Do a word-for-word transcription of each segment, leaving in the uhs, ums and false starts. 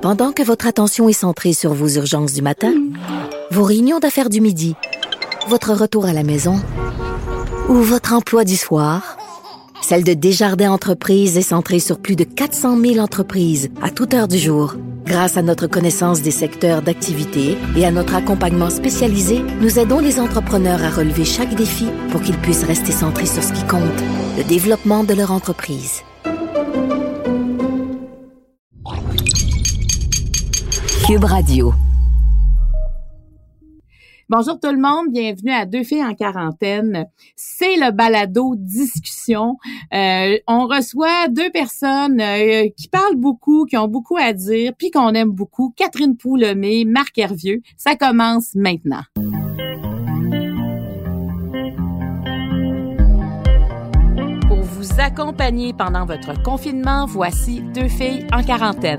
Pendant que votre attention est centrée sur vos urgences du matin, vos réunions d'affaires du midi, votre retour à la maison ou votre emploi du soir, celle de Desjardins Entreprises est centrée sur plus de quatre cent mille entreprises à toute heure du jour. Grâce à notre connaissance des secteurs d'activité et à notre accompagnement spécialisé, nous aidons les entrepreneurs à relever chaque défi pour qu'ils puissent rester centrés sur ce qui compte, le développement de leur entreprise. Cube Radio. Bonjour tout le monde, bienvenue à Deux filles en quarantaine. C'est le balado discussion. Euh, on reçoit deux personnes euh, qui parlent beaucoup, qui ont beaucoup à dire, puis qu'on aime beaucoup. Catherine Poulemé, Marc Hervieux. Ça commence maintenant. Pour vous accompagner pendant votre confinement, voici Deux filles en quarantaine.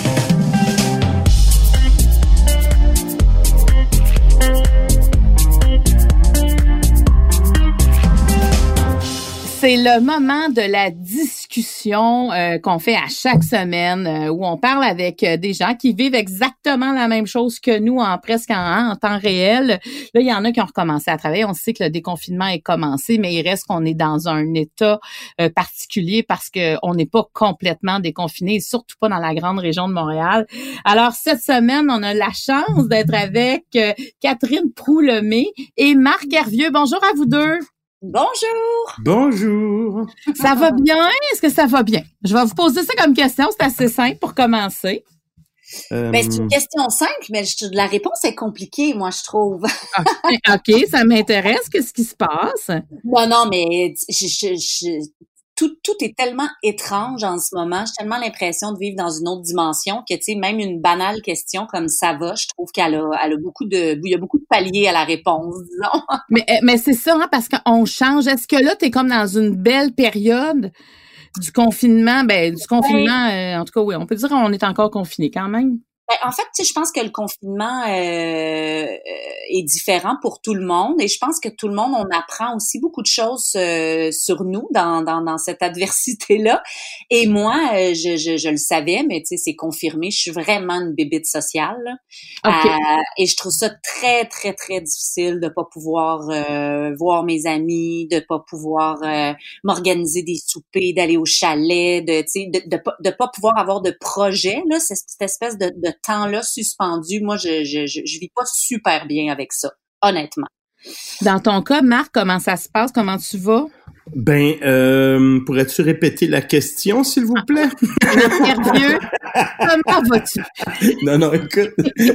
C'est le moment de la discussion euh, qu'on fait à chaque semaine euh, où on parle avec euh, des gens qui vivent exactement la même chose que nous en presque en, en temps réel. Là, il y en a qui ont recommencé à travailler. On sait que le déconfinement est commencé, mais il reste qu'on est dans un état euh, particulier parce que on n'est pas complètement déconfiné, et surtout pas dans la grande région de Montréal. Alors, cette semaine, on a la chance d'être avec euh, Catherine Poulemé et Marc Hervieux. Bonjour à vous deux. Bonjour! Bonjour! Ça va bien? Est-ce que ça va bien? Je vais vous poser ça comme question, c'est assez simple pour commencer. Euh... Ben, c'est une question simple, mais je, la réponse est compliquée, moi, je trouve. OK, okay, ça m'intéresse. Qu'est-ce qui se passe? Non, non, mais je, je, je, tout, tout est tellement étrange en ce moment. J'ai tellement l'impression de vivre dans une autre dimension que, tu sais, même une banale question comme ça va, je trouve qu'elle a, elle a beaucoup de, il y a beaucoup de paliers à la réponse, disons. Mais, mais c'est ça, hein, parce qu'on change. Est-ce que là, t'es comme dans une belle période du confinement? Ben, du confinement, ouais. euh, en tout cas, oui, on peut dire qu'on est encore confiné quand même. Ben, en fait, tu sais, je pense que le confinement euh, est différent pour tout le monde et je pense que tout le monde, on apprend aussi beaucoup de choses euh, sur nous dans, dans, dans cette adversité-là. Et moi, euh, je, je, je le savais, mais tu sais, c'est confirmé, je suis vraiment une bébite sociale. Okay. Euh, et je trouve ça très, très, très difficile de pas pouvoir euh, voir mes amis, de pas pouvoir euh, m'organiser des soupers, d'aller au chalet, de, tu sais, de, de, de, de pas pouvoir avoir de projet, là, c'est cette espèce de, de temps-là suspendu, moi, je, je, je, je vis pas super bien avec ça, honnêtement. Dans ton cas, Marc, comment ça se passe? Comment tu vas? Ben, euh, pourrais-tu répéter la question, s'il vous plaît? Nerveux. Comment vas-tu? Non, non, écoute.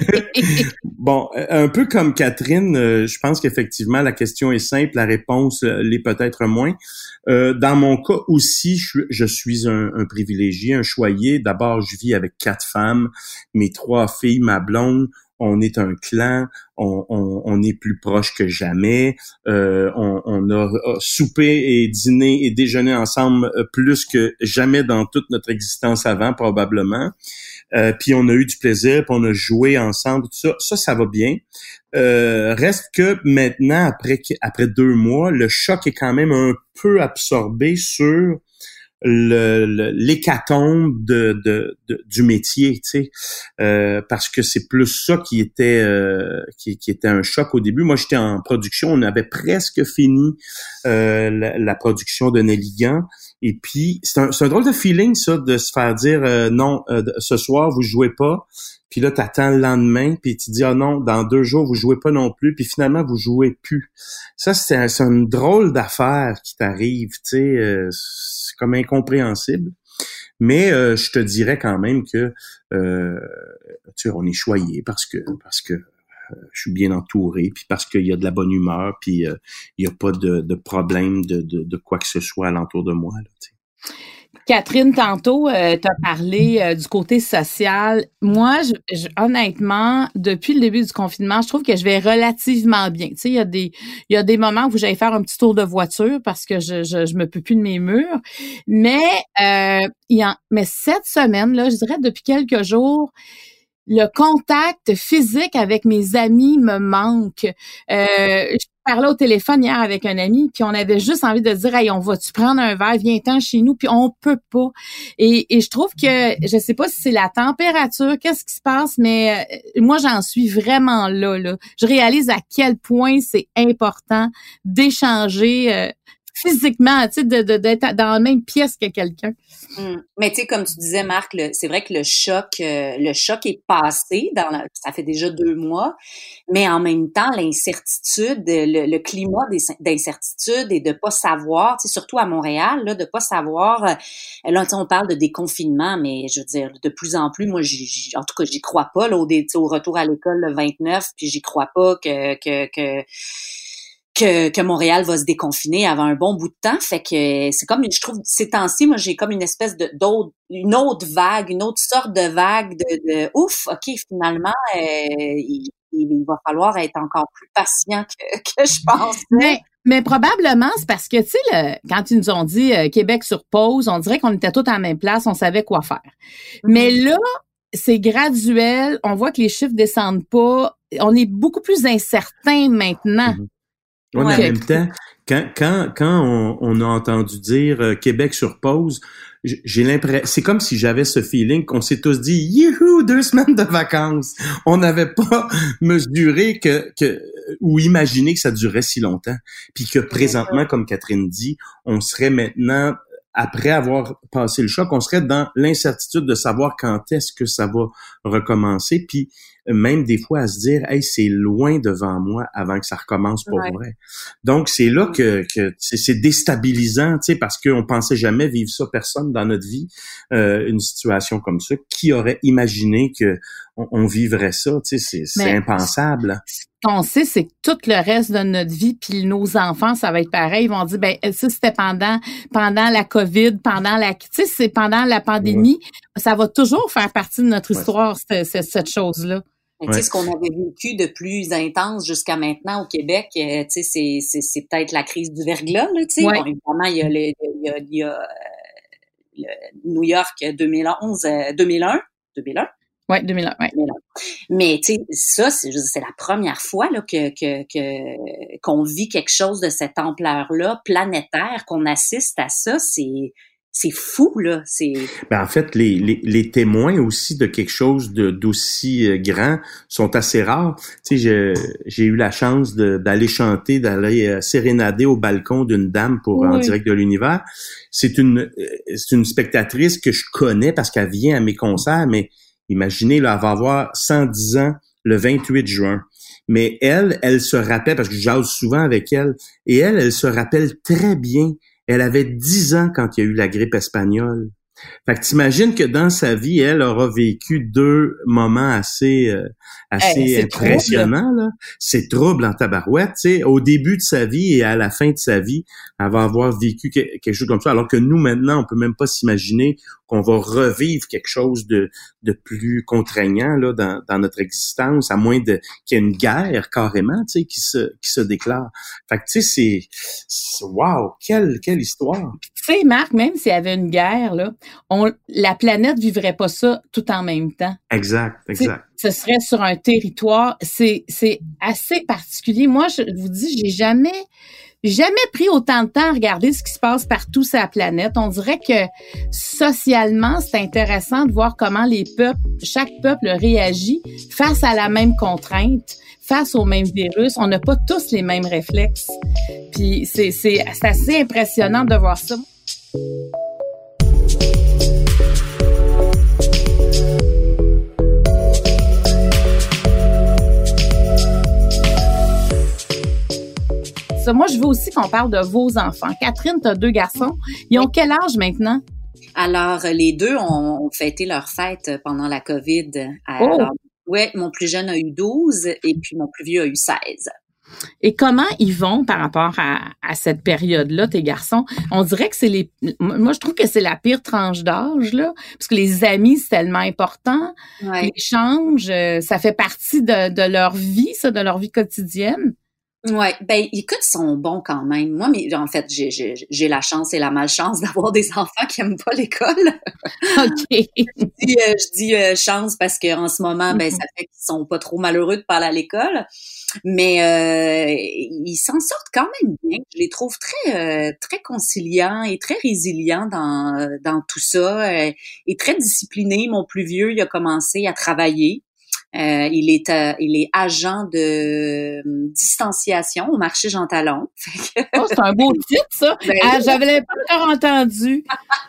Bon, un peu comme Catherine, euh, je pense qu'effectivement, la question est simple, la réponse euh, l'est peut-être moins. Euh, dans mon cas aussi, je, je suis un, un privilégié, un choyé. D'abord, je vis avec quatre femmes, mes trois filles, ma blonde. On est un clan, on, on, on est plus proche que jamais. Euh, on, on a soupé et dîné et déjeuné ensemble plus que jamais dans toute notre existence avant, probablement. Euh, puis on a eu du plaisir, puis on a joué ensemble, tout ça. Ça, ça va bien. Euh, reste que maintenant, après après deux mois, le choc est quand même un peu absorbé sur Le, le, l'hécatombe de, de, de, du métier, tu sais, euh, parce que c'est plus ça qui était euh, qui, qui était un choc au début. Moi, j'étais en production, on avait presque fini euh, la, la production de Nelligan, et puis c'est un, c'est un drôle de feeling, ça, de se faire dire euh, non, euh, ce soir vous jouez pas. Puis là, t'attends le lendemain, puis tu dis « Ah non, dans deux jours, vous jouez pas non plus. » Puis finalement, vous jouez plus. Ça, c'est, un, c'est une drôle d'affaire qui t'arrive, tu sais. Euh, c'est comme incompréhensible. Mais euh, je te dirais quand même que, euh, tu sais, on est choyé parce que parce que euh, je suis bien entouré, puis parce qu'il y a de la bonne humeur, puis euh, il y a pas de, de problème de, de, de quoi que ce soit alentour de moi, là, tu sais. Catherine, tantôt, euh, tu as parlé euh, du côté social. Moi, je, je, honnêtement, depuis le début du confinement, je trouve que je vais relativement bien. Tu sais, il y a des il y a des moments où j'allais faire un petit tour de voiture parce que je je, je me peux plus de mes murs. Mais euh, il y a, mais cette semaine là, je dirais depuis quelques jours, le contact physique avec mes amis me manque. Euh, je parlais au téléphone hier avec un ami, puis on avait juste envie de dire, hey, on va-tu prendre un verre, viens-t'en chez nous, puis on peut pas. Et, et je trouve que, je sais pas si c'est la température, qu'est-ce qui se passe, mais euh, moi, j'en suis vraiment là, là. Je réalise à quel point c'est important d'échanger euh, physiquement, tu sais, de, de, d'être dans la même pièce que quelqu'un. Mmh. Mais tu sais, comme tu disais, Marc, le, c'est vrai que le choc, euh, le choc est passé. Dans la, ça fait déjà deux mois, mais en même temps, l'incertitude, le, le climat d'incertitude et de pas savoir, tu sais, surtout à Montréal, là, de pas savoir. Euh, là, tu sais, on parle de déconfinement, mais je veux dire, de plus en plus, moi, j'y, j'y, en tout cas, j'y crois pas là, au, au retour à l'école le vingt-neuf, puis j'y crois pas que que que que, que Montréal va se déconfiner avant un bon bout de temps. Fait que c'est comme, je trouve, ces temps-ci, moi, j'ai comme une espèce de, d'autre, une autre vague, une autre sorte de vague de, de ouf, OK, finalement, euh, il, il va falloir être encore plus patient que, que je pense. Mais, mais probablement, c'est parce que, tu sais, le, quand ils nous ont dit euh, Québec sur pause, on dirait qu'on était tous à la même place, on savait quoi faire. Mm-hmm. Mais là, c'est graduel, on voit que les chiffres descendent pas, on est beaucoup plus incertain maintenant. Mm-hmm. Oui, mais en même temps, quand quand quand on, on a entendu dire euh, Québec sur pause, j'ai l'impression, c'est comme si j'avais ce feeling qu'on s'est tous dit youhou, deux semaines de vacances. On n'avait pas mesuré que que ou imaginé que ça durait si longtemps, puis que présentement, comme Catherine dit, on serait maintenant, après avoir passé le choc, on serait dans l'incertitude de savoir quand est-ce que ça va recommencer, puis même des fois à se dire, hey, c'est loin devant moi avant que ça recommence pour ouais. vrai. Donc c'est là que, que c'est, c'est déstabilisant, tu sais, parce qu'on pensait jamais vivre ça, personne dans notre vie, euh, une situation comme ça. Qui aurait imaginé que on, on vivrait ça, tu sais, c'est, c'est impensable. Ce qu'on sait, c'est que tout le reste de notre vie, puis nos enfants, ça va être pareil. Ils vont dire, ben ça c'était pendant pendant la COVID, pendant la, tu sais, c'est pendant la pandémie. Ouais. Ça va toujours faire partie de notre histoire, ouais. cette, cette chose-là. Tu sais, ouais. ce qu'on avait vécu de plus intense jusqu'à maintenant au Québec, euh, tu sais, c'est, c'est, c'est peut-être la crise du verglas, là, tu sais. Ouais. Bon, évidemment, il y a le, il y a, il y a euh, le New York deux mille onze, euh, deux mille un, deux mille un. Ouais, deux mille un, ouais. deux mille un. Mais tu sais, ça, c'est, c'est la première fois là que, que, que qu'on vit quelque chose de cette ampleur-là, planétaire, qu'on assiste à ça, c'est C'est fou, là. C'est. Ben, en fait, les, les, les témoins aussi de quelque chose de, d'aussi euh, grand sont assez rares. Tu sais, j'ai, j'ai eu la chance de, d'aller chanter, d'aller euh, sérénader au balcon d'une dame pour oui. En direct de l'univers. C'est une, c'est une spectatrice que je connais parce qu'elle vient à mes concerts, mais imaginez, là, elle va avoir cent dix ans le vingt-huit juin. Mais elle, elle se rappelle, parce que je jase souvent avec elle, et elle, elle se rappelle très bien. Elle avait dix ans quand il y a eu la grippe espagnole. Fait que t'imagines que dans sa vie, elle aura vécu deux moments assez euh, assez hey, impressionnants. Là. C'est trouble en tabarouette. T'sais. Au début de sa vie et à la fin de sa vie, elle va avoir vécu que, quelque chose comme ça. Alors que nous, maintenant, on peut même pas s'imaginer qu'on va revivre quelque chose de de plus contraignant là dans, dans notre existence, à moins de qu'il y ait une guerre carrément, tu sais, qui se qui se déclare. Fait que tu sais, c'est, c'est wow, quelle quelle histoire. Tu sais, Marc, même s'il y avait une guerre là, on la planète vivrait pas ça tout en même temps. Exact, exact. T'sais, ce serait sur un territoire, c'est c'est assez particulier. Moi, je vous dis, j'ai jamais jamais pris autant de temps à regarder ce qui se passe partout sur la planète. On dirait que socialement, c'est intéressant de voir comment les peuples, chaque peuple réagit face à la même contrainte, face au même virus. On n'a pas tous les mêmes réflexes. Puis c'est, c'est, c'est assez impressionnant de voir ça. Ça, moi, je veux aussi qu'on parle de vos enfants. Catherine, tu as deux garçons. Ils ont quel âge maintenant? Alors, les deux ont, ont fêté leur fête pendant la COVID. Alors, oh. Ouais, mon plus jeune a eu douze et puis mon plus vieux a eu seize. Et comment ils vont par rapport à, à cette période-là, tes garçons? On dirait que c'est les... Moi, je trouve que c'est la pire tranche d'âge, là, parce que les amis, c'est tellement important. Ouais. L'échange, ça fait partie de, de leur vie, ça, de leur vie quotidienne. Ouais, ben écoute, ils sont bons quand même. Moi, mais en fait, j'ai j'ai j'ai la chance et la malchance d'avoir des enfants qui aiment pas l'école. OK. je dis, euh, je dis euh, chance parce que en ce moment, ben ça fait qu'ils sont pas trop malheureux de pas aller à l'école, mais euh, ils s'en sortent quand même bien. Je les trouve très euh, très conciliants et très résilients dans dans tout ça, euh, et très disciplinés. Mon plus vieux, il a commencé à travailler. Euh, il est euh, il est agent de euh, distanciation au marché Jean Talon. Oh, c'est un beau titre, ça. Ben, ah, j'avais pas encore entendu.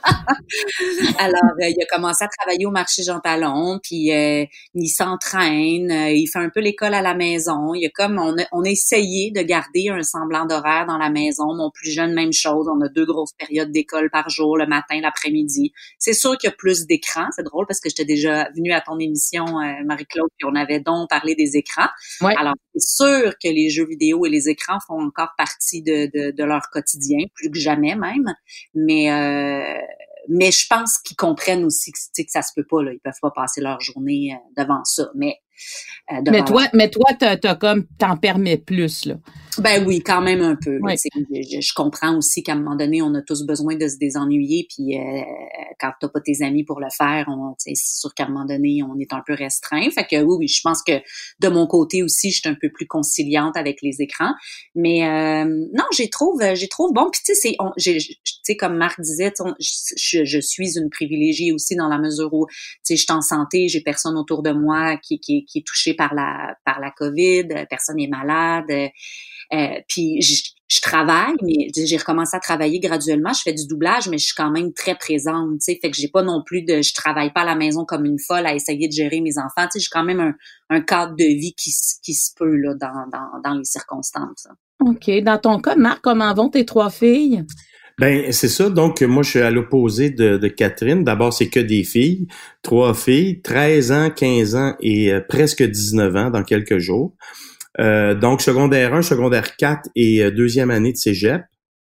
Alors, euh, il a commencé à travailler au marché Jean Talon, puis euh, il s'entraîne, euh, il fait un peu l'école à la maison. Il y a comme on a, on a essayé de garder un semblant d'horaire dans la maison. Mon plus jeune, même chose. On a deux grosses périodes d'école par jour, le matin, l'après-midi. C'est sûr qu'il y a plus d'écrans. C'est drôle parce que j'étais déjà venue à ton émission, euh, Marie-Claude, puis on avait donc parlé des écrans. Ouais. Alors, c'est sûr que les jeux vidéo et les écrans font encore partie de, de, de leur quotidien, plus que jamais même. Mais euh, mais je pense qu'ils comprennent aussi que, tu sais, que ça se peut pas, là. Ils peuvent pas passer leur journée euh, devant ça. Mais euh, devant mais toi, leur... mais toi, t'as, t'as comme t'en permets plus, là. Ben oui, quand même un peu. Oui. Je, je comprends aussi qu'à un moment donné, on a tous besoin de se désennuyer, puis euh, quand t'as pas tes amis pour le faire, on, c'est sûr qu'à un moment donné, on est un peu restreint. Fait que oui, oui, je pense que de mon côté aussi, je suis un peu plus conciliante avec les écrans. Mais euh, non, j'y trouve, j'y trouve bon. Puis tu sais, c'est, on, j'ai, tu sais, comme Marc disait, on, je, je suis une privilégiée aussi dans la mesure où, tu sais, je suis en santé, j'ai personne autour de moi qui, qui, qui est touché par la, par la COVID, personne n'est malade. Euh, puis je, je travaille, mais j'ai recommencé à travailler graduellement. Je fais du doublage, mais je suis quand même très présente, tu sais. Fait que j'ai pas non plus de, je travaille pas à la maison comme une folle à essayer de gérer mes enfants. Tu sais, j'ai quand même un, un cadre de vie qui, qui se peut là dans, dans, dans les circonstances. OK. Dans ton cas, Marc, comment vont tes trois filles? Ben c'est ça. Donc moi je suis à l'opposé de, de Catherine. D'abord c'est que des filles, trois filles, treize ans, quinze ans et euh, presque dix-neuf ans dans quelques jours. Euh, donc, secondaire un, secondaire quatre et euh, deuxième année de cégep.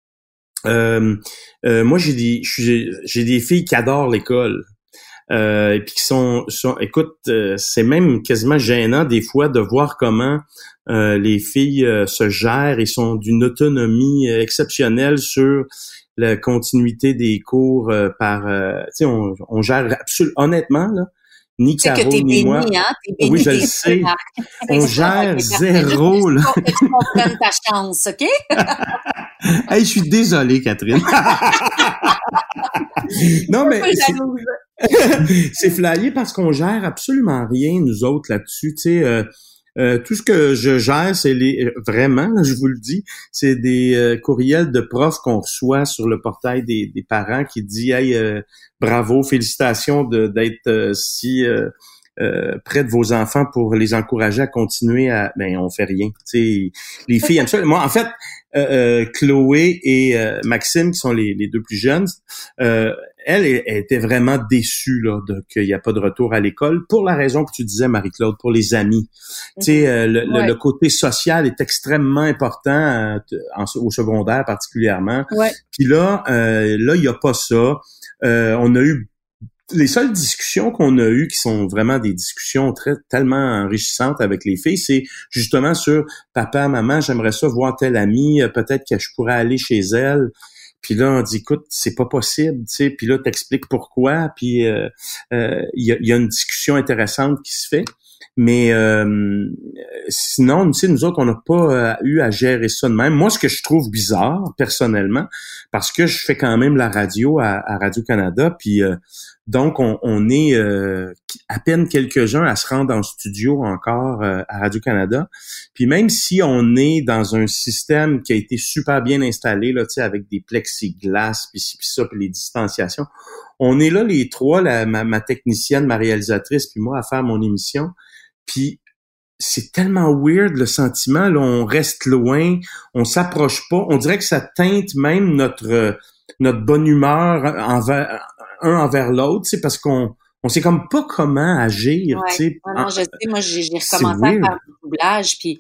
Euh, euh, moi, j'ai des, j'ai, j'ai des filles qui adorent l'école. Euh, et puis qui sont, sont écoute, euh, c'est même quasiment gênant des fois de voir comment euh, les filles euh, se gèrent et sont d'une autonomie euh, exceptionnelle sur la continuité des cours euh, par, euh, tu sais, on, on gère absolument, honnêtement, là, ni Caro, ni béni, moi. Hein? T'es béni, oui, je le sais. On gère zéro, là. Pour que tu comprennes ta chance, OK? Hey, je suis désolé, Catherine. Non, mais c'est, c'est flyé parce qu'on gère absolument rien, nous autres, là-dessus. Tu sais, euh, euh, tout ce que je gère, c'est les vraiment, là, je vous le dis, c'est des euh, courriels de profs qu'on reçoit sur le portail des, des parents qui dit « Hey, euh, bravo, félicitations de, d'être euh, si euh, euh, près de vos enfants pour les encourager à continuer à... » Ben, on fait rien. Tu sais, les filles aiment ça. Moi, en fait, euh, euh, Chloé et euh, Maxime, qui sont les, les deux plus jeunes, euh, elle, elle était vraiment déçue là, de, qu'il n'y a pas de retour à l'école pour la raison que tu disais, Marie-Claude, pour les amis. Mm-hmm. Tu sais, euh, le, ouais. le, le côté social est extrêmement important euh, en, au secondaire particulièrement. Ouais. Puis là, euh, là, il n'y a pas ça. Euh, on a eu les seules discussions qu'on a eues, qui sont vraiment des discussions très tellement enrichissantes avec les filles, c'est justement sur papa, maman, j'aimerais ça voir telle amie, peut-être que je pourrais aller chez elle. Puis là, on dit, écoute, c'est pas possible, tu sais. Puis là, t'expliques pourquoi. Puis il euh, euh, y, a, y a une discussion intéressante qui se fait. Mais euh, sinon, tu sais, nous autres, on n'a pas euh, eu à gérer ça de même. Moi, ce que je trouve bizarre, personnellement, parce que je fais quand même la radio à, à Radio-Canada, puis euh, donc on, on est euh, à peine quelques-uns à se rendre en studio encore euh, à Radio-Canada. Puis même si on est dans un système qui a été super bien installé, là, tu sais, avec des plexiglas, puis ci, puis ça, puis les distanciations, on est là les trois, la, ma, ma technicienne, ma réalisatrice, puis moi, à faire mon émission. Puis c'est tellement weird le sentiment, là, on reste loin, on s'approche pas, on dirait que ça teinte même notre notre bonne humeur envers un envers l'autre, c'est parce qu'on on sait comme pas comment agir, ouais. tu sais. Non, non, je sais, moi j'ai, j'ai recommencé à faire du doublage, puis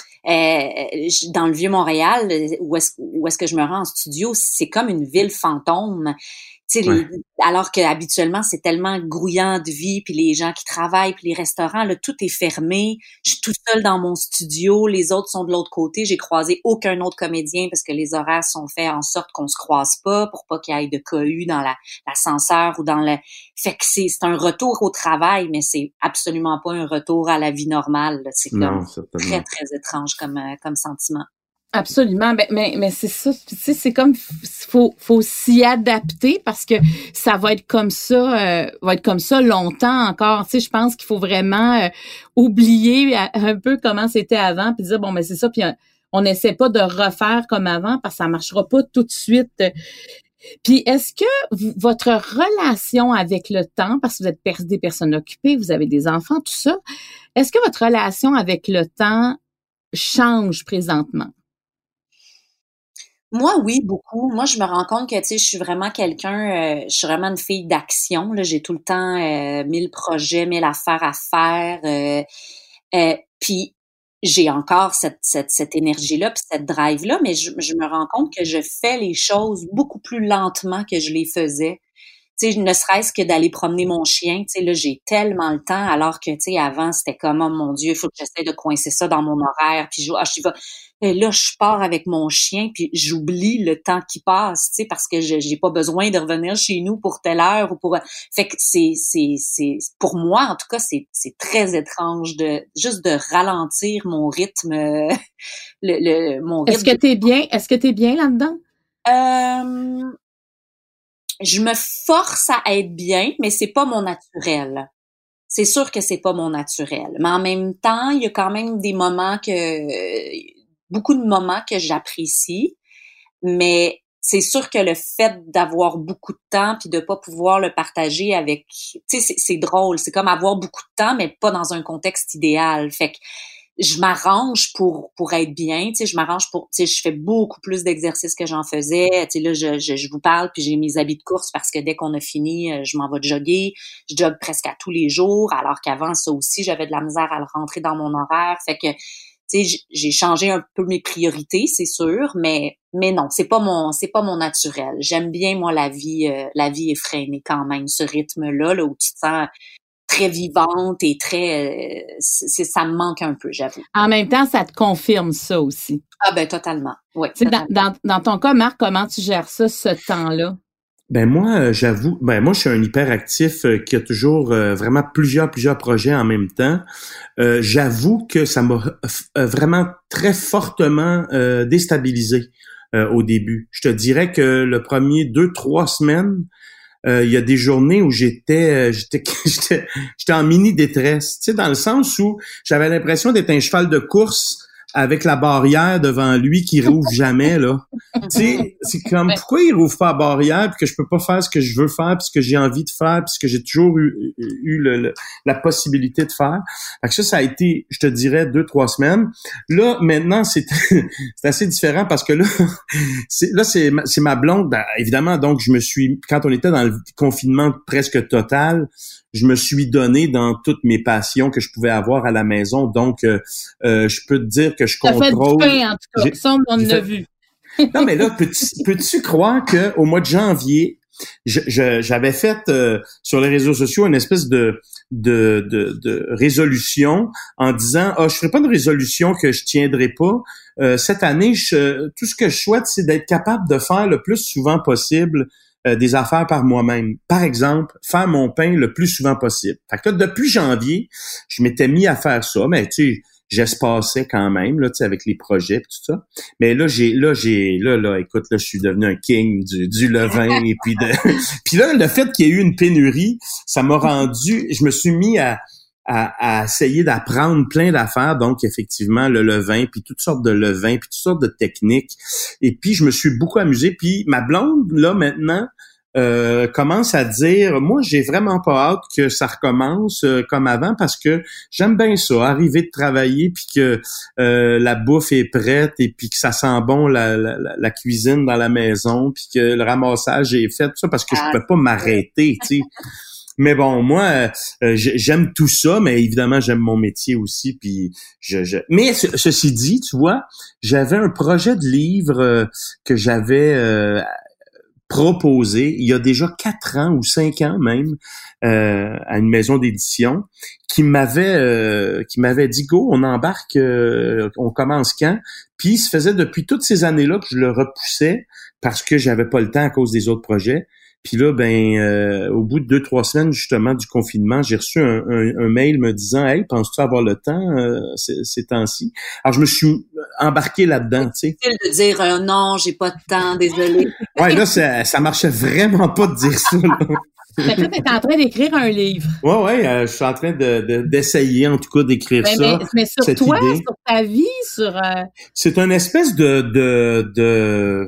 euh, dans le Vieux-Montréal, où est-ce, où est-ce que je me rends en studio, c'est comme une ville fantôme. Tu sais, Ouais. alors que habituellement c'est tellement grouillant de vie, puis les gens qui travaillent, puis les restaurants, là, tout est fermé. Je suis tout seul dans mon studio, les autres sont de l'autre côté. J'ai croisé aucun autre comédien parce que les horaires sont faits en sorte qu'on se croise pas pour pas qu'il y ait de cohue dans la, l'ascenseur ou dans le. Fait que c'est, c'est un retour au travail, mais c'est absolument pas un retour à la vie normale. Là. C'est Non, comme certainement. très très étrange comme euh, comme sentiment. Absolument, ben, mais mais c'est ça, tu sais, c'est comme faut faut s'y adapter parce que ça va être comme ça, euh, va être comme ça longtemps encore. Tu sais, je pense qu'il faut vraiment euh, oublier un peu comment c'était avant, puis dire bon, mais c'est ça, puis on n'essaie pas de refaire comme avant parce que ça marchera pas tout de suite. Puis est-ce que vous, votre relation avec le temps, parce que vous êtes per- des personnes occupées, vous avez des enfants, tout ça, est-ce que votre relation avec le temps change présentement? Moi, oui, beaucoup. Moi, je me rends compte que, tu sais, je suis vraiment quelqu'un, euh, je suis vraiment une fille d'action. Là, j'ai tout le temps euh, mille projets, mille affaires à faire. Euh, euh, puis j'ai encore cette cette, cette énergie-là, puis cette drive-là, mais je, je me rends compte que je fais les choses beaucoup plus lentement que je les faisais. Tu sais, ne serait-ce que d'aller promener mon chien, tu sais, là, j'ai tellement le temps, alors que, tu sais, avant, c'était comme, oh mon Dieu, il faut que j'essaie de coincer ça dans mon horaire, puis je, ah, je vais. Et là, je pars avec mon chien, puis j'oublie le temps qui passe, tu sais, parce que je j'ai pas besoin de revenir chez nous pour telle heure ou pour. Fait que c'est c'est c'est pour moi, en tout cas, c'est c'est très étrange de juste de ralentir mon rythme, le le mon rythme. Est-ce que t'es bien Est-ce que t'es bien là-dedans? Euh, je me force à être bien, mais c'est pas mon naturel. C'est sûr que c'est pas mon naturel. Mais en même temps, il y a quand même des moments que, beaucoup de moments que j'apprécie. Mais c'est sûr que le fait d'avoir beaucoup de temps puis de pas pouvoir le partager avec, tu sais, c'est, c'est drôle. C'est comme avoir beaucoup de temps, mais pas dans un contexte idéal. Fait que je m'arrange pour pour être bien, tu sais, je m'arrange pour, tu sais, je fais beaucoup plus d'exercices que j'en faisais, tu sais, là, je, je, je vous parle, puis j'ai mes habits de course parce que dès qu'on a fini, je m'en vais jogger, je jogue presque à tous les jours, alors qu'avant, ça aussi, j'avais de la misère à le rentrer dans mon horaire, fait que, tu sais, j'ai changé un peu mes priorités, c'est sûr, mais mais non, c'est pas mon c'est pas mon naturel. J'aime bien, moi, la vie, euh, la vie effrénée quand même, ce rythme-là, là, où tu te sens très vivante et très, euh, c'est, ça me manque un peu, j'avoue. En même temps, ça te confirme ça aussi. Ah ben totalement, oui. Dans, dans, dans ton cas, Marc, comment tu gères ça, ce temps-là? Ben moi, euh, j'avoue, ben moi je suis un hyperactif euh, qui a toujours euh, vraiment plusieurs plusieurs projets en même temps. Euh, j'avoue que ça m'a euh, vraiment très fortement euh, déstabilisé euh, au début. Je te dirais que le premier deux trois semaines, euh, il y a des journées où j'étais, euh, j'étais, j'étais, j'étais en mini détresse. Tu sais, dans le sens où j'avais l'impression d'être un cheval de course avec la barrière devant lui qui rouvre jamais, là. Tu sais, c'est comme, pourquoi il rouvre pas la barrière puis que je peux pas faire ce que je veux faire puis ce que j'ai envie de faire puis ce que j'ai toujours eu, eu le, le, la possibilité de faire. Fait que ça, ça a été, je te dirais, deux, trois semaines. Là, maintenant, c'est, c'est assez différent parce que là, c'est, là, c'est, c'est ma blonde, ben, évidemment, donc je me suis, quand on était dans le confinement presque total, je me suis donné dans toutes mes passions que je pouvais avoir à la maison. Donc, euh, euh, je peux te dire que je ça contrôle... Ça fait du pain, en tout cas. J'ai, ça, on l'a fait... vu. Non, mais là, peux-tu, peux-tu croire qu'au mois de janvier, je, je, j'avais fait euh, sur les réseaux sociaux une espèce de, de, de, de résolution en disant « Ah, oh, je ferai pas de résolution que je tiendrai pas. Euh, cette année, je, tout ce que je souhaite, c'est d'être capable de faire le plus souvent possible Euh, des affaires par moi-même. Par exemple, faire mon pain le plus souvent possible. Fait que là, depuis janvier, je m'étais mis à faire ça, mais tu sais, j'espaçais quand même, là, tu sais, avec les projets et tout ça. Mais là, j'ai, là, j'ai, là, là, écoute, là, je suis devenu un king du, du levain et puis de, puis là, le fait qu'il y ait eu une pénurie, ça m'a rendu, je me suis mis à, À, à essayer d'apprendre plein d'affaires, donc effectivement le levain, puis toutes sortes de levains, puis toutes sortes de techniques. Et puis je me suis beaucoup amusé. Puis ma blonde là maintenant euh, commence à dire, moi j'ai vraiment pas hâte que ça recommence euh, comme avant parce que j'aime bien ça, arriver de travailler puis que euh, la bouffe est prête et puis que ça sent bon la, la, la cuisine dans la maison, puis que le ramassage est fait, tout ça parce que je peux pas m'arrêter, tu sais. Mais bon, moi, euh, j'aime tout ça, mais évidemment, j'aime mon métier aussi. Puis je, je... Mais ce, ceci dit, tu vois, j'avais un projet de livre euh, que j'avais euh, proposé, il y a déjà quatre ans ou cinq ans même, euh, à une maison d'édition, qui m'avait euh, qui m'avait dit « Go, on embarque, euh, on commence quand? » Puis ça faisait depuis toutes ces années-là que je le repoussais parce que j'avais pas le temps à cause des autres projets. Puis là, ben, euh, au bout de deux, trois semaines, justement, du confinement, j'ai reçu un, un, un mail me disant « Hey, penses-tu avoir le temps euh, ces, ces temps-ci? » Alors, je me suis embarqué là-dedans, tu sais. C'est difficile de dire euh, « Non, j'ai pas de temps, désolé. » Ouais, là, ça, ça marchait vraiment pas de dire ça, là. Mais toi, t'es en train d'écrire un livre. Ouais, ouais, euh, je suis en train de, de d'essayer, en tout cas, d'écrire mais, ça. Mais, mais sur cette toi, idée. sur ta vie, sur... Euh... C'est une espèce de... de, de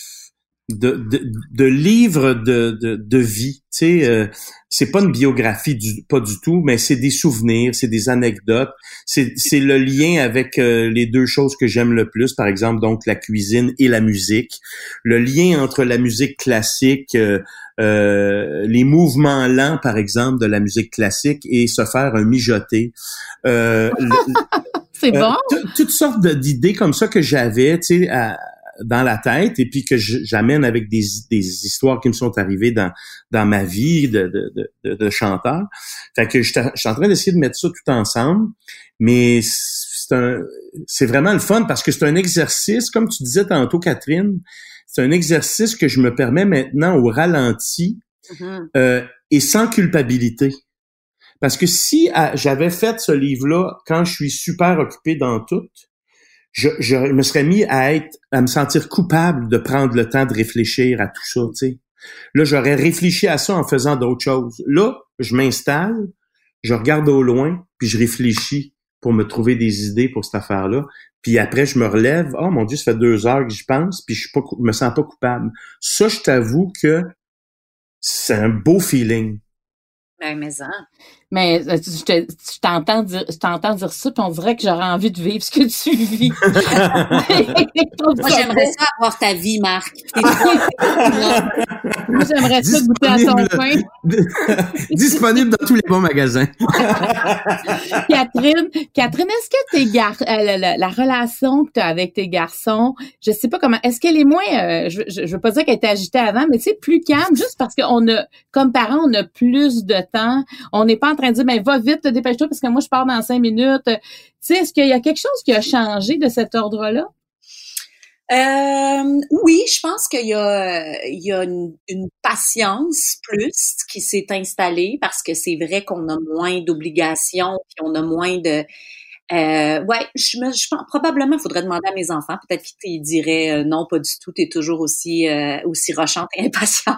De, de, de livres de, de, de vie, tu sais, euh, c'est pas une biographie du, pas du tout, mais c'est des souvenirs, c'est des anecdotes, c'est, c'est le lien avec euh, les deux choses que j'aime le plus, par exemple, donc la cuisine et la musique, le lien entre la musique classique, euh, euh, les mouvements lents, par exemple, de la musique classique et se faire un mijoté. Euh, le, c'est bon. Euh, t- toutes sortes de, d'idées comme ça que j'avais, tu sais, à dans la tête et puis que j'amène avec des, des histoires qui me sont arrivées dans dans ma vie de de de, de chanteur. Fait que je suis en train d'essayer de mettre ça tout ensemble, mais c'est un c'est vraiment le fun parce que c'est un exercice, comme tu disais tantôt, Catherine, c'est un exercice que je me permets maintenant au ralenti mm-hmm. euh, et sans culpabilité. Parce que si à, j'avais fait ce livre-là quand je suis super occupé dans tout, Je, je me serais mis à être, à me sentir coupable de prendre le temps de réfléchir à tout ça, tu sais. Là, j'aurais réfléchi à ça en faisant d'autres choses. Là, je m'installe, je regarde au loin, puis je réfléchis pour me trouver des idées pour cette affaire-là. Puis après, je me relève. Oh mon Dieu, ça fait deux heures que j'y pense, puis je suis pas, je me sens pas coupable. Ça, je t'avoue que c'est un beau feeling. Ben, mais ça. Mais je, te, je t'entends dire, je t'entends dire ça, puis on dirait que j'aurais envie de vivre ce que tu vis. Moi, j'aimerais ça avoir ta vie, Marc. Moi, j'aimerais ça goûter à ton pain. Disponible dans tous les bons magasins. Catherine, Catherine, est-ce que tes gar- euh, la, la, la relation que tu as avec tes garçons, je sais pas comment, est-ce qu'elle est moins, euh, je, je, je veux pas dire qu'elle était agitée avant, mais tu sais, plus calme, juste parce qu'on a, comme parents, on a plus de temps. On n'est pas en train de dire, ben, va vite, dépêche-toi, parce que moi, je pars dans cinq minutes. Tu sais, est-ce qu'il y a quelque chose qui a changé de cet ordre-là? Euh, oui, je pense qu'il y a, il y a une, une patience plus qui s'est installée parce que c'est vrai qu'on a moins d'obligations puis on a moins de... Euh, ouais, je me, je pense, probablement, il faudrait demander à mes enfants. Peut-être qu'ils diraient euh, non, pas du tout, t'es toujours aussi, euh, aussi rochante et impatiente.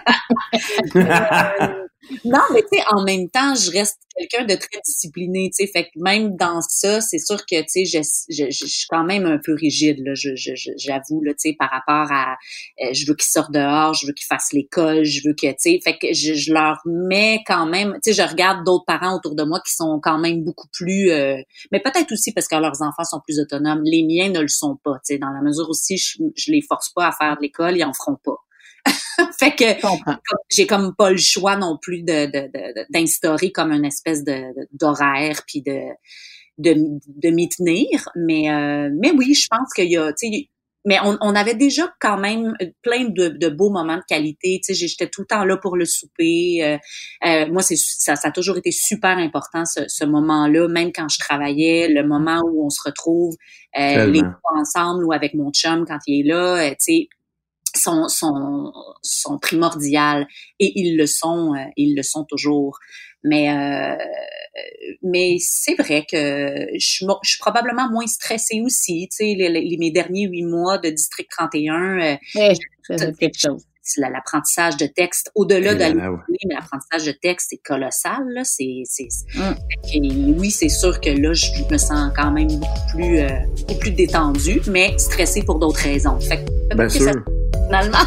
euh, non, mais tu sais, en même temps, je reste quelqu'un de très discipliné, tu sais, fait que même dans ça, c'est sûr que, tu sais, je, je, je, je suis quand même un peu rigide, là, je, je, j'avoue, là, tu sais, par rapport à, euh, je veux qu'ils sortent dehors, je veux qu'ils fassent l'école, je veux que, tu sais, fait que je, je leur mets quand même, tu sais, je regarde d'autres parents autour de moi qui sont quand même beaucoup plus, euh, mais peut-être aussi parce que leurs enfants sont plus autonomes, les miens ne le sont pas, tu sais, dans la mesure aussi, je, je les force pas à faire de l'école, ils en feront pas. Fait que j'ai comme pas le choix non plus de, de, de d'instaurer comme une espèce de, de d'horaire puis de de de m'y tenir, mais euh, mais oui, je pense qu'il y a, tu sais, mais on, on avait déjà quand même plein de, de beaux moments de qualité, tu sais, j'étais tout le temps là pour le souper. Euh, euh, moi, c'est ça, ça a toujours été super important ce, ce moment-là, même quand je travaillais, le moment où on se retrouve euh, les deux ensemble ou avec mon chum quand il est là, euh, tu sais. sont sont sont primordiales et ils le sont euh, ils le sont toujours, mais euh, mais c'est vrai que je suis je suis probablement moins stressée aussi, tu sais, les, les mes derniers huit mois de District trente et un, euh, hey, c'est quelque chose. L'apprentissage de texte, au-delà de la mais l'apprentissage de texte, c'est colossal, là. C'est, c'est, mm. et oui, c'est sûr que là, je me sens quand même beaucoup plus, euh, beaucoup plus détendue, mais stressée pour d'autres raisons. Fait que, Bien sûr. Ça, finalement.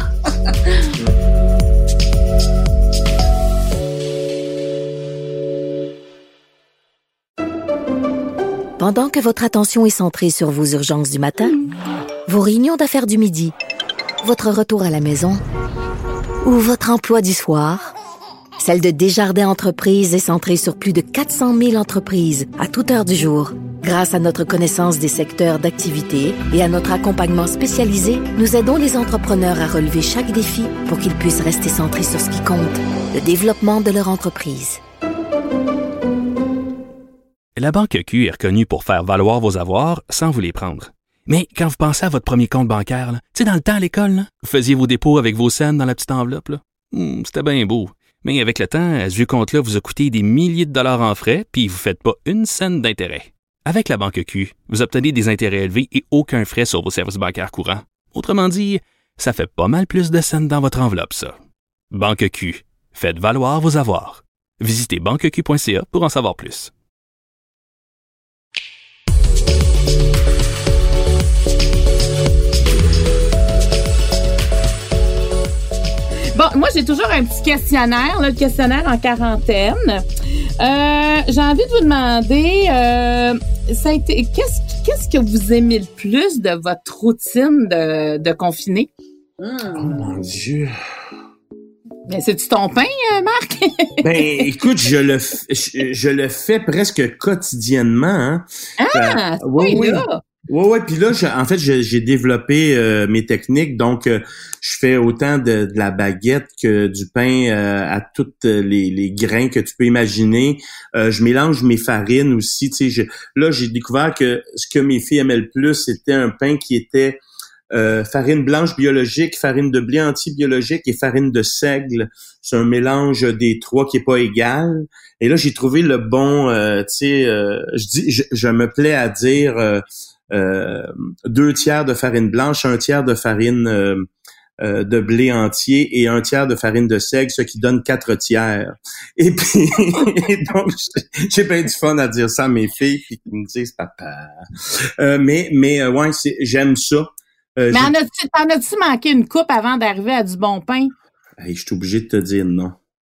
Pendant que votre attention est centrée sur vos urgences du matin, vos réunions d'affaires du midi, votre retour à la maison ou votre emploi du soir, Celle de Desjardins Entreprises est centrée sur plus de quatre cent mille entreprises à toute heure du jour. Grâce à notre connaissance des secteurs d'activité et à notre accompagnement spécialisé, nous aidons les entrepreneurs à relever chaque défi pour qu'ils puissent rester centrés sur ce qui compte, le développement de leur entreprise. La Banque Q est reconnue pour faire valoir vos avoirs sans vous les prendre. Mais quand vous pensez à votre premier compte bancaire, tu sais, dans le temps à l'école, là, vous faisiez vos dépôts avec vos scènes dans la petite enveloppe. Là. Hum, c'était bien beau. Mais avec le temps, ce vieux compte-là vous a coûté des milliers de dollars en frais, puis vous ne faites pas une scène d'intérêt. Avec la Banque Q, vous obtenez des intérêts élevés et aucun frais sur vos services bancaires courants. Autrement dit, ça fait pas mal plus de scènes dans votre enveloppe, ça. Banque Q. Faites valoir vos avoirs. Visitez banque q point c a pour en savoir plus. Bon, moi, j'ai toujours un petit questionnaire, là, le questionnaire en quarantaine. Euh, j'ai envie de vous demander, euh, ça a été, qu'est-ce, qu'est-ce que vous aimez le plus de votre routine de, de confiné? Oh mon Dieu! Mais c'est-tu ton pain, euh, Marc? Ben, écoute, je le, f- je, je le fais presque quotidiennement. Hein. Ah, euh, oui, oui. là. Ouais, ouais. Puis là, je, en fait, je, j'ai développé euh, mes techniques. Donc, euh, je fais autant de, de la baguette que du pain euh, à toutes les, les grains que tu peux imaginer. Euh, je mélange mes farines aussi. Tu sais, je, là, j'ai découvert que ce que mes filles aimaient le plus, c'était un pain qui était euh, farine blanche biologique, farine de blé entier biologique et farine de seigle. C'est un mélange des trois qui est pas égal. Et là, j'ai trouvé le bon. Euh, tu sais, euh, je dis, je, je me plais à dire. Euh, Euh, deux tiers de farine blanche, un tiers de farine euh, euh, de blé entier et un tiers de farine de seigle, ce qui donne quatre tiers. Et puis, et donc, j'ai bien du fun à dire ça à mes filles, puis qui me disent « Papa ». Euh, mais, mais euh, ouais, c'est, j'aime ça. Euh, mais en as-tu, t'en as-tu manqué une coupe avant d'arriver à du bon pain? Hey, je suis obligé de te dire non.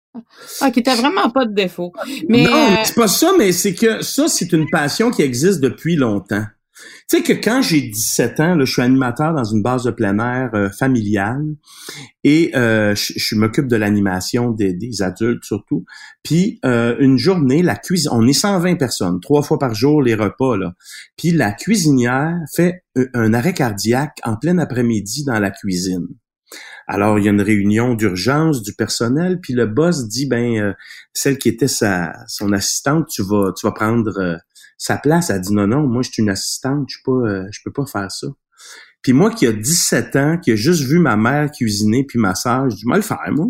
OK, t'as vraiment pas de défaut. Mais, non, euh... mais c'est pas ça, mais c'est que ça, c'est une passion qui existe depuis longtemps. Tu sais que quand j'ai dix-sept ans, là, je suis animateur dans une base de plein air euh, familiale et euh, je, je m'occupe de l'animation des, des adultes surtout. Puis euh, une journée, la cuisine, on est cent vingt personnes, trois fois par jour les repas là. Puis la cuisinière fait un, un arrêt cardiaque en plein après-midi dans la cuisine. Alors, il y a une réunion d'urgence du personnel, puis le boss dit, ben, euh, celle qui était sa son assistante, tu vas tu vas prendre euh, sa place. Elle dit, non, non, moi, je suis une assistante, je suis pas, euh, je peux pas faire ça. Puis moi, qui a dix-sept ans, qui a juste vu ma mère cuisiner, puis ma sœur, je dis, moi, le faire, moi.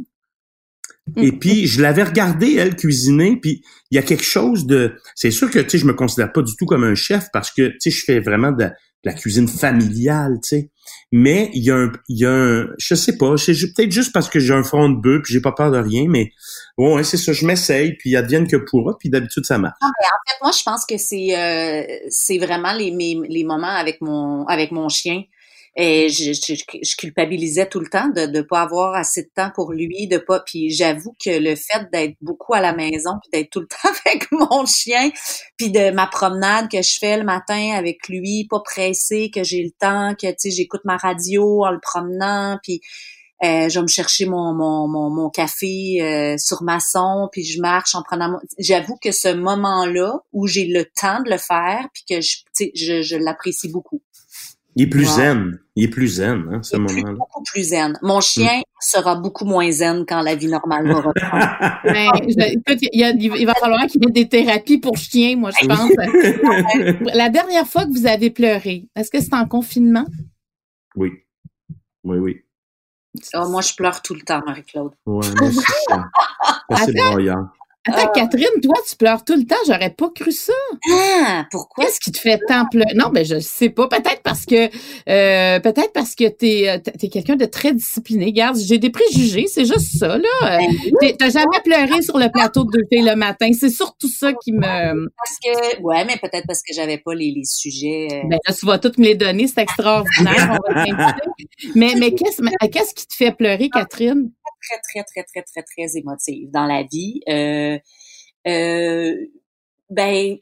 Et puis, je l'avais regardée, elle, cuisiner, puis il y a quelque chose de... C'est sûr que, tu sais, je me considère pas du tout comme un chef, parce que, tu sais, je fais vraiment de, de la cuisine familiale, tu sais. Mais il y a un, il y a un, je sais pas, c'est peut-être juste parce que j'ai un front de bœuf puis j'ai pas peur de rien, mais bon, ouais, c'est ça, je m'essaye puis advienne que pourra, puis d'habitude ça marche. Non, mais en fait, moi, je pense que c'est, euh, c'est vraiment les, mes, les moments avec mon, avec mon chien. Et je, je, je culpabilisais tout le temps de ne pas avoir assez de temps pour lui, de pas. Puis j'avoue que le fait d'être beaucoup à la maison, puis d'être tout le temps avec mon chien, puis de ma promenade que je fais le matin avec lui, pas pressé, que j'ai le temps, que tu sais, j'écoute ma radio en le promenant, puis euh, je vais me chercher mon mon mon, mon café euh, sur Masson, puis je marche en prenant. Mon... J'avoue que ce moment-là où j'ai le temps de le faire, puis que je, tu sais, je, je l'apprécie beaucoup. Il est plus wow. zen. Il est plus zen, hein, ce moment-là. Il est beaucoup plus zen. Mon chien mm. sera beaucoup moins zen quand la vie normale va reprendre. Ben, je, écoute, il, y a, il va falloir qu'il y ait des thérapies pour chiens, moi, je pense. La dernière fois que vous avez pleuré, est-ce que c'est en confinement? Oui. Oui, oui. Oh, moi, je pleure tout le temps, Marie-Claude. Ouais, moi aussi, ça. C'est broyant. Attends, euh... Catherine, toi, tu pleures tout le temps. J'aurais pas cru ça. Ah, pourquoi? Qu'est-ce qui te fait tant pleurer? Non, ben, je sais pas. Peut-être parce que, euh, peut-être parce que t'es, t'es quelqu'un de très discipliné. Regarde, j'ai des préjugés. C'est juste ça, là. T'es, t'as jamais pleuré sur le plateau de deux filles le matin. C'est surtout ça qui me... Parce que, ouais, mais peut-être parce que j'avais pas les, les sujets. Ben, là, tu vas toutes me les donner. C'est extraordinaire. On va t'inviter. Mais, mais qu'est-ce, mais qu'est-ce qui te fait pleurer, Catherine? Très, très, très, très, très, très émotive dans la vie. Euh, euh, ben,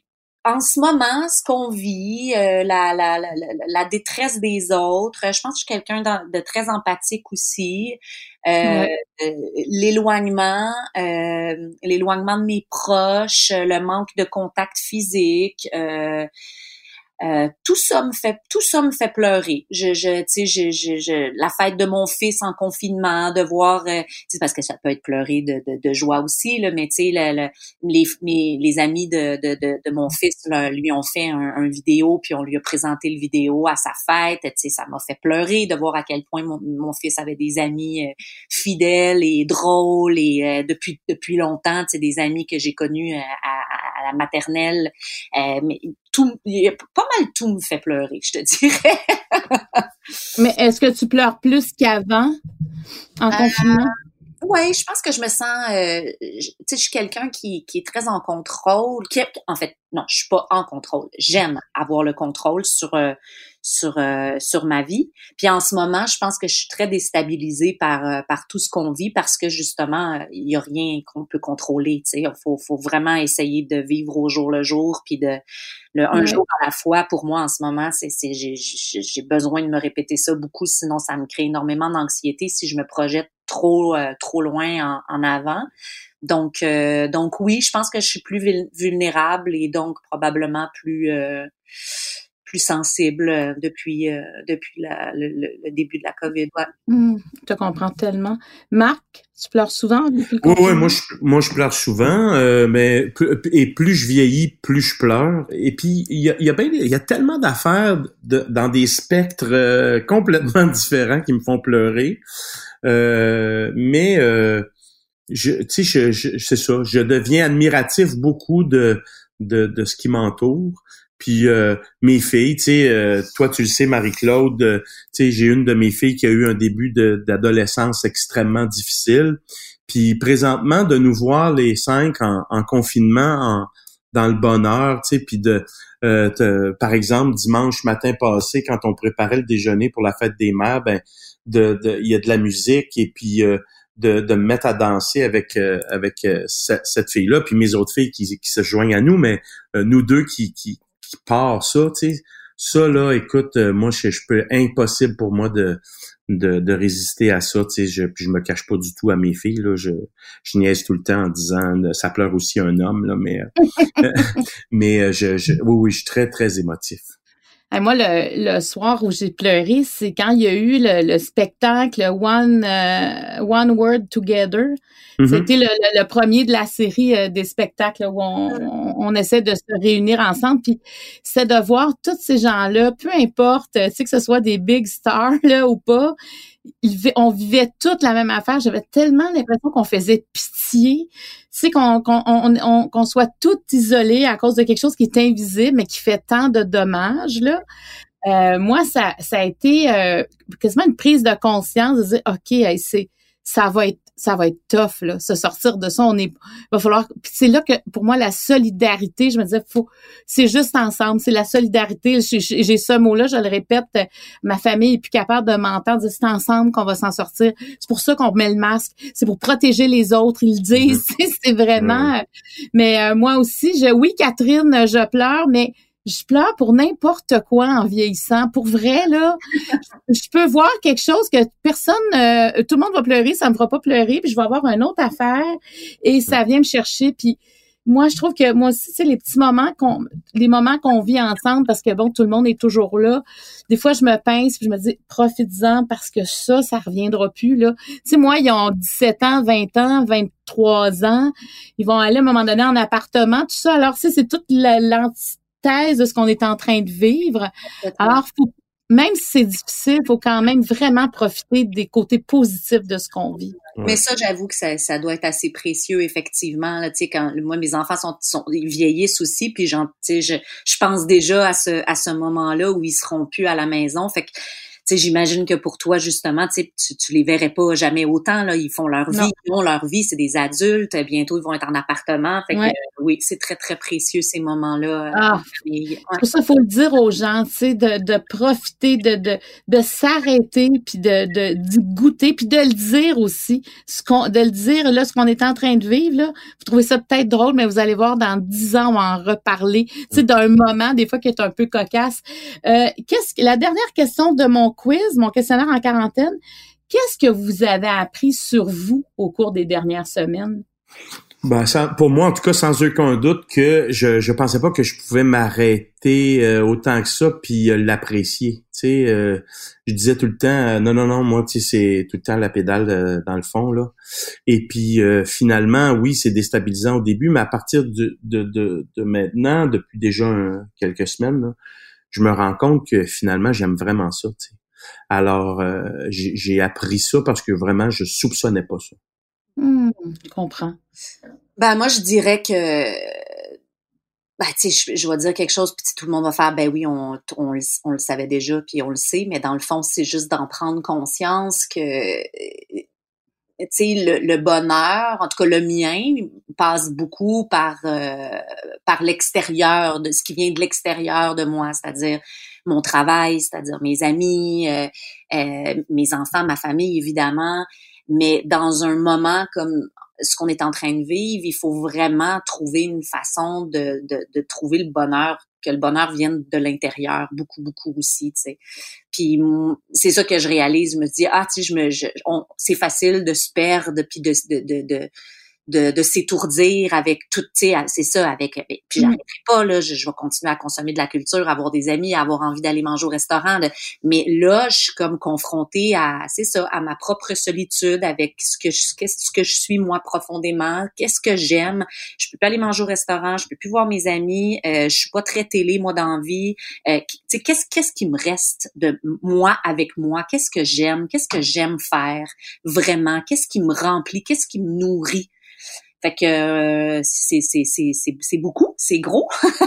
en ce moment, ce qu'on vit, euh, la, la, la, la détresse des autres, je pense que je suis quelqu'un de, de très empathique aussi. Euh, ouais. euh, l'éloignement, euh, l'éloignement de mes proches, le manque de contact physique, euh, Euh, tout ça me fait tout ça me fait pleurer. Je je tu sais je, je je la fête de mon fils en confinement, de voir euh, tu sais parce que ça peut être pleurer de de, de joie aussi là, mais tu sais le, le, les mes les amis de de de, de mon fils là, lui ont fait un, un vidéo puis on lui a présenté le vidéo à sa fête, tu sais ça m'a fait pleurer de voir à quel point mon, mon fils avait des amis euh, fidèles et drôles et euh, depuis depuis longtemps, tu sais des amis que j'ai connus à, à, à la maternelle, euh, mais tout pas mal tout me fait pleurer, je te dirais. Mais est-ce que tu pleures plus qu'avant en euh, confinement? Oui, je pense que je me sens, euh, tu sais, je suis quelqu'un qui, qui est très en contrôle. Qui, en fait, non, je suis pas en contrôle. J'aime avoir le contrôle sur euh, sur euh, sur ma vie. Puis en ce moment, je pense que je suis très déstabilisée par euh, par tout ce qu'on vit parce que justement, il y a rien qu'on peut contrôler. Tu sais, il faut faut vraiment essayer de vivre au jour le jour, puis de le un ouais. jour à la fois. Pour moi, en ce moment, c'est c'est j'ai j'ai besoin de me répéter ça beaucoup, sinon ça me crée énormément d'anxiété si je me projette trop euh, trop loin en, en avant. Donc euh, donc oui, je pense que je suis plus vulnérable et donc probablement plus euh, plus sensible euh, depuis euh, depuis la, le, le début de la COVID. Ouais. Mmh, je te comprends tellement. Marc, tu pleures souvent depuis le Oui, ouais, moi je moi je pleure souvent, euh, mais et plus je vieillis, plus je pleure. Et puis il y a il y a ben il y a tellement d'affaires de, dans des spectres euh, complètement différents qui me font pleurer. Euh, mais euh, je, tu sais, je, je, c'est ça. Je deviens admiratif beaucoup de de, de ce qui m'entoure. Puis euh, mes filles, tu sais, euh, toi tu le sais, Marie-Claude, euh, tu sais, j'ai une de mes filles qui a eu un début de, d'adolescence extrêmement difficile. Puis présentement, de nous voir les cinq en, en confinement, en, dans le bonheur, tu sais, puis de, euh, te, par exemple, dimanche matin passé, quand on préparait le déjeuner pour la fête des mères, ben de, de, il y a de la musique et puis euh, de, de me mettre à danser avec euh, avec euh, cette, cette fille-là, puis mes autres filles qui, qui se joignent à nous, mais euh, nous deux qui qui qui part ça, tu sais, ça là, écoute, euh, moi je, je peux impossible pour moi de de, de résister à ça, tu sais, je puis je me cache pas du tout à mes filles là, je je niaise tout le temps en disant ça pleure aussi un homme là, mais euh, mais je, je oui oui, je suis très très émotif. Et moi, le, le soir où j'ai pleuré, c'est quand il y a eu le, le spectacle One uh, One Word Together. Mm-hmm. C'était le, le, le premier de la série euh, des spectacles où on, on, on essaie de se réunir ensemble. Puis c'est de voir tous ces gens-là, peu importe, tu sais, que ce soit des big stars là ou pas, ils, on vivait toute la même affaire. J'avais tellement l'impression qu'on faisait pitié. Tu sais, qu'on, qu'on, on, on, qu'on soit toutes isolées à cause de quelque chose qui est invisible, mais qui fait tant de dommages, là. Euh, moi, ça, ça a été euh, quasiment une prise de conscience de dire, OK, hey, c'est, ça va être, ça va être tough, là, se sortir de ça. On est, va falloir, puis c'est là que, pour moi, la solidarité, je me disais, faut, c'est juste ensemble, c'est la solidarité. J'ai, j'ai ce mot-là, je le répète, ma famille est plus capable de m'entendre, c'est ensemble qu'on va s'en sortir. C'est pour ça qu'on met le masque. C'est pour protéger les autres, ils le disent. Mm-hmm. C'est vraiment, mm-hmm. mais euh, moi aussi, je, oui, Catherine, je pleure, mais je pleure pour n'importe quoi en vieillissant. Pour vrai, là, je peux voir quelque chose que personne, euh, tout le monde va pleurer, ça me fera pas pleurer, puis je vais avoir une autre affaire et ça vient me chercher. Puis moi, je trouve que moi aussi, c'est les petits moments qu'on, les moments qu'on vit ensemble parce que bon, tout le monde est toujours là. Des fois, je me pince puis je me dis, profites-en parce que ça, ça reviendra plus, là. Tu sais, moi, ils ont dix-sept ans, vingt ans, vingt-trois ans. Ils vont aller à un moment donné en appartement, tout ça. Alors, tu sais, c'est toute la, l'entité thèse de ce qu'on est en train de vivre. Alors, faut, même si c'est difficile, il faut quand même vraiment profiter des côtés positifs de ce qu'on vit. Mais ça, j'avoue que ça, ça doit être assez précieux, effectivement. Là, tu sais, quand moi, mes enfants sont, sont ils vieillissent aussi, puis j'en, tu sais, je, je pense déjà à ce, à ce moment-là où ils seront plus à la maison. Fait que, tu sais, j'imagine que pour toi, justement, tu sais, tu, tu les verrais pas jamais autant, là. Ils font leur Non. vie, ils ont leur vie, c'est des adultes. Bientôt, ils vont être en appartement. Fait Ouais. que, euh, oui, c'est très, très précieux, ces moments-là. Ah. en famille. Ouais. Pour ça, il faut le dire aux gens, tu sais, de, de profiter, de, de, de s'arrêter, puis de, de, d'y goûter, puis de le dire aussi. Ce qu'on, de le dire, là, ce qu'on est en train de vivre, là, vous trouvez ça peut-être drôle, mais vous allez voir, dans dix ans, on va en reparler. Tu sais, d'un moment, des fois, qui est un peu cocasse. Euh, qu'est-ce que, la dernière question de mon quiz, mon questionnaire en quarantaine, qu'est-ce que vous avez appris sur vous au cours des dernières semaines? Ben, ça, pour moi, en tout cas, sans aucun doute que je je pensais pas que je pouvais m'arrêter euh, autant que ça puis euh, l'apprécier. Tu sais, euh, je disais tout le temps, euh, non, non, non, moi, tu sais, c'est tout le temps la pédale euh, dans le fond, là. Et puis, euh, finalement, oui, c'est déstabilisant au début, mais à partir de de de, de maintenant, depuis déjà un, quelques semaines, là, je me rends compte que finalement, j'aime vraiment ça, tu sais. Alors, euh, j'ai, j'ai appris ça parce que vraiment, je soupçonnais pas ça. Hum, je comprends. Ben, moi, je dirais que, ben, tu sais, je, je vais dire quelque chose, puis tout le monde va faire, ben oui, on, on, on le savait déjà, puis on le sait, mais dans le fond, c'est juste d'en prendre conscience que, tu sais, le, le bonheur, en tout cas le mien, passe beaucoup par euh, par l'extérieur, de ce qui vient de l'extérieur de moi, c'est-à-dire mon travail, c'est-à-dire mes amis, euh, euh, mes enfants, ma famille, évidemment. Mais dans un moment comme ce qu'on est en train de vivre, il faut vraiment trouver une façon de, de, de trouver le bonheur, que le bonheur vienne de l'intérieur, beaucoup, beaucoup aussi, tu sais. Puis c'est ça que je réalise, je me dis, ah, tu sais, je me, je, on, c'est facile de se perdre, puis de, de, de, de de, de s'étourdir avec tout, tu sais, c'est ça, avec, avec puis j'arrêterai pas, là, je, je vais continuer à consommer de la culture, à avoir des amis, à avoir envie d'aller manger au restaurant, de, mais là, je suis comme confrontée à, c'est ça, à ma propre solitude, avec ce que je, ce que je suis, moi, profondément, qu'est-ce que j'aime, je peux pas aller manger au restaurant, je peux plus voir mes amis, euh, je suis pas très télé, moi, dans la vie, euh, tu sais, qu'est-ce, qu'est-ce qui me reste de moi avec moi, qu'est-ce que j'aime, qu'est-ce que j'aime faire, vraiment, qu'est-ce qui me remplit, qu'est-ce qui me nourrit. Fait que euh, c'est c'est c'est c'est c'est beaucoup, c'est gros.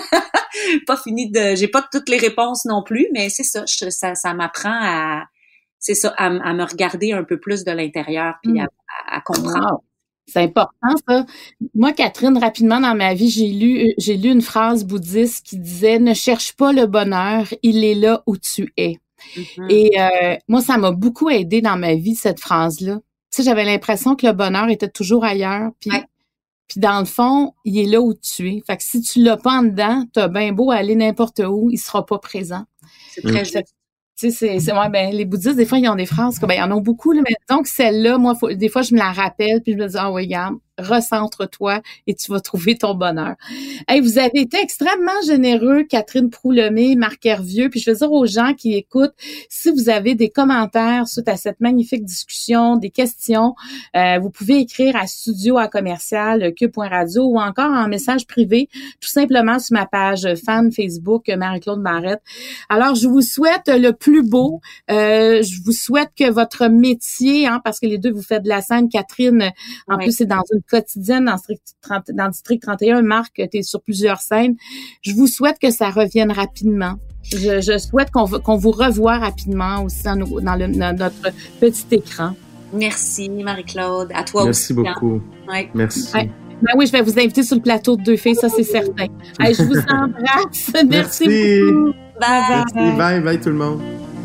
Pas fini de, j'ai pas toutes les réponses non plus, mais c'est ça, je, ça ça m'apprend à, c'est ça, à, à me regarder un peu plus de l'intérieur puis à, à, à comprendre. Wow. C'est important, ça. Moi, Catherine, rapidement dans ma vie, j'ai lu j'ai lu une phrase bouddhiste qui disait « Ne cherche pas le bonheur, il est là où tu es. Mm-hmm. » Et euh, moi, ça m'a beaucoup aidé dans ma vie, cette phrase-là. Tu sais, j'avais l'impression que le bonheur était toujours ailleurs, puis ouais. Puis dans le fond, il est là où tu es. Fait que si tu l'as pas en dedans, t'as bien beau aller n'importe où, il sera pas présent. C'est très juste. Tu sais, c'est, c'est ouais, ben les bouddhistes, des fois, ils ont des phrases, ben, ils en ont beaucoup, là, mais donc celle-là, moi, faut, des fois, je me la rappelle, puis je me dis, ah oui, regarde, recentre-toi et tu vas trouver ton bonheur. Hey, vous avez été extrêmement généreux, Catherine Proulomé, Marc Hervieux, puis je veux dire aux gens qui écoutent, si vous avez des commentaires suite à cette magnifique discussion, des questions, euh, vous pouvez écrire à studio à commercial cube point radio ou encore en message privé, tout simplement sur ma page fan Facebook Marie-Claude Barrette. Alors, je vous souhaite le plus beau. Euh, je vous souhaite que votre métier, hein, parce que les deux, vous faites de la scène, Catherine, en oui. plus, c'est dans une quotidienne dans, trente, dans le district trente et un. Marc, tu es sur plusieurs scènes. Je vous souhaite que ça revienne rapidement. Je, je souhaite qu'on, qu'on vous revoie rapidement aussi dans, nos, dans, le, dans notre petit écran. Merci, Marie-Claude. À toi Merci aussi. Merci beaucoup. Ouais. Merci. Ouais. Ben oui, je vais vous inviter sur le plateau de Deux filles, ça c'est certain. Hey, je vous embrasse. Merci, Merci beaucoup. Bye. Merci. Bye, bye tout le monde.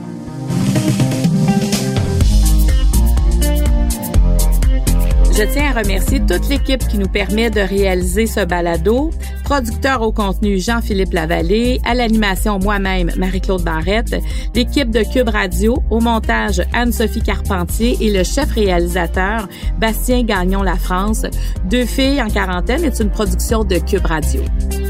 Je tiens à remercier toute l'équipe qui nous permet de réaliser ce balado. Producteur au contenu Jean-Philippe Lavallée, à l'animation moi-même Marie-Claude Barrette, l'équipe de Cube Radio, au montage Anne-Sophie Carpentier et le chef réalisateur Bastien Gagnon La France. Deux filles en quarantaine est une production de Cube Radio.